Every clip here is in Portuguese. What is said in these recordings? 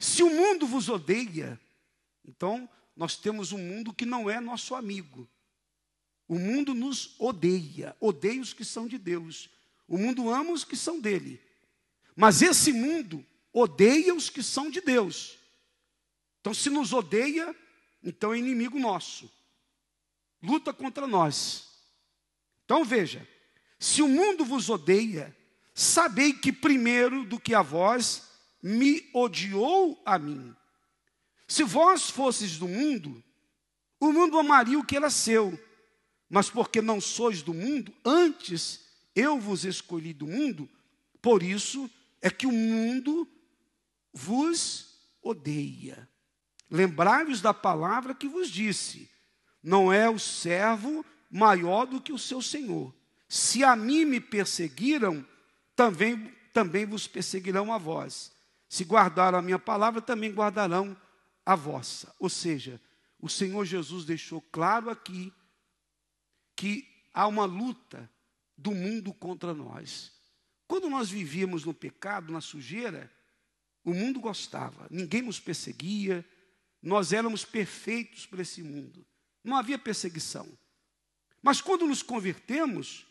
Se o mundo vos odeia, então nós temos um mundo que não é nosso amigo. O mundo nos odeia, odeia os que são de Deus. O mundo ama os que são dele. Mas esse mundo odeia os que são de Deus. Então, se nos odeia, então é inimigo nosso. Luta contra nós. Então, veja, se o mundo vos odeia, sabei que primeiro do que a vós, me odiou a mim. Se vós fosseis do mundo, o mundo amaria o que era seu. Mas porque não sois do mundo, antes eu vos escolhi do mundo, por isso é que o mundo vos odeia. Lembrai-vos da palavra que vos disse, não é o servo maior do que o seu senhor. Se a mim me perseguiram, também vos perseguirão a vós. Se guardaram a minha palavra, também guardarão a vossa. Ou seja, o Senhor Jesus deixou claro aqui que há uma luta do mundo contra nós. Quando nós vivíamos no pecado, na sujeira, o mundo gostava, ninguém nos perseguia, nós éramos perfeitos para esse mundo, não havia perseguição. Mas quando nos convertemos,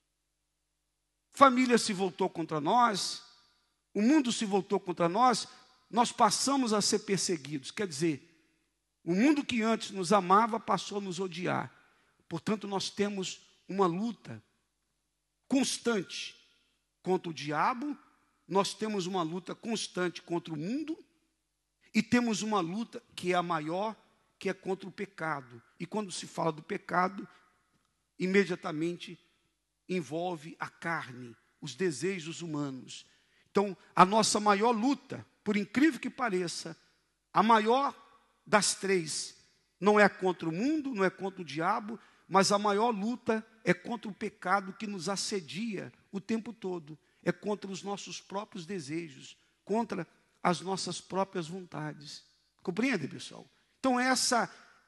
família se voltou contra nós, o mundo se voltou contra nós, nós passamos a ser perseguidos. Quer dizer, o mundo que antes nos amava passou a nos odiar. Portanto, nós temos uma luta constante contra o diabo, nós temos uma luta constante contra o mundo e temos uma luta que é a maior, que é contra o pecado. E quando se fala do pecado, imediatamente envolve a carne, os desejos humanos. Então, a nossa maior luta, por incrível que pareça, a maior das três, não é contra o mundo, não é contra o diabo, mas a maior luta é contra o pecado que nos assedia o tempo todo. É contra os nossos próprios desejos, contra as nossas próprias vontades. Compreende, pessoal? Então essa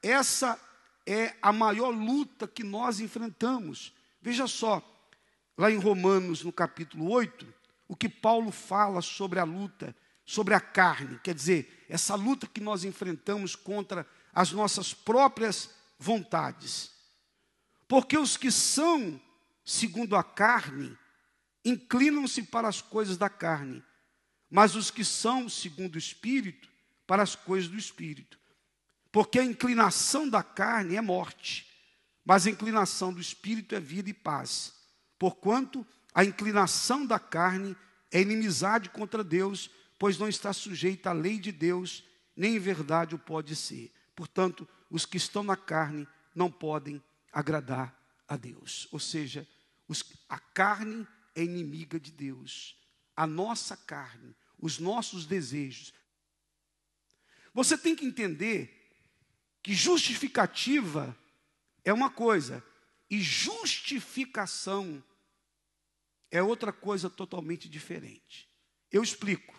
é a maior luta que nós enfrentamos. Veja só, lá em Romanos, no capítulo 8, o que Paulo fala sobre a luta, sobre a carne. Quer dizer, essa luta que nós enfrentamos contra as nossas próprias vontades. Porque os que são segundo a carne, inclinam-se para as coisas da carne, mas os que são segundo o Espírito, para as coisas do Espírito. Porque a inclinação da carne é morte, mas a inclinação do Espírito é vida e paz. Porquanto a inclinação da carne é inimizade contra Deus, pois não está sujeita à lei de Deus, nem em verdade o pode ser. Portanto, os que estão na carne não podem agradar a Deus. Ou seja, a carne é inimiga de Deus. A nossa carne, os nossos desejos. Você tem que entender que justificativa é uma coisa e justificação é outra coisa totalmente diferente. Eu explico.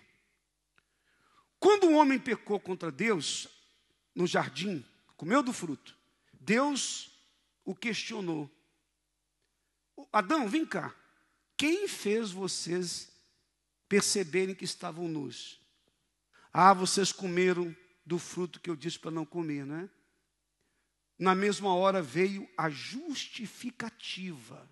Quando o homem pecou contra Deus no jardim, comeu do fruto, Deus o questionou. Adão, vem cá. Quem fez vocês perceberem que estavam nus? Ah, vocês comeram do fruto que eu disse para não comer, né? Na mesma hora veio a justificativa.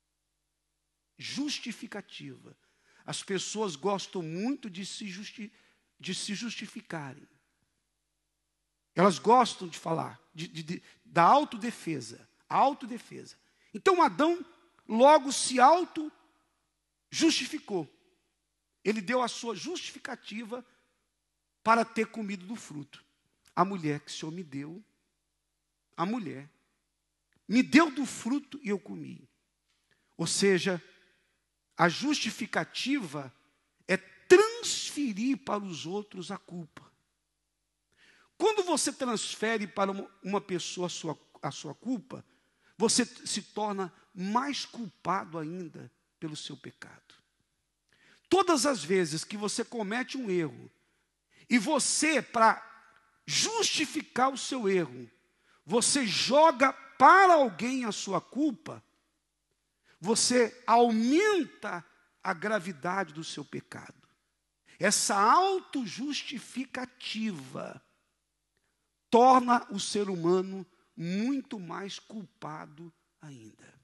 Justificativa. As pessoas gostam muito de se justificarem. Elas gostam de falar, da autodefesa. A autodefesa. Então Adão logo se auto-justificou. Ele deu a sua justificativa para ter comido do fruto. A mulher que o Senhor me deu, a mulher, me deu do fruto e eu comi. Ou seja, a justificativa é transferir para os outros a culpa. Quando você transfere para uma pessoa a sua culpa, você se torna mais culpado ainda pelo seu pecado. Todas as vezes que você comete um erro, e você, para justificar o seu erro, você joga para alguém a sua culpa, você aumenta a gravidade do seu pecado. Essa autojustificativa torna o ser humano muito mais culpado ainda.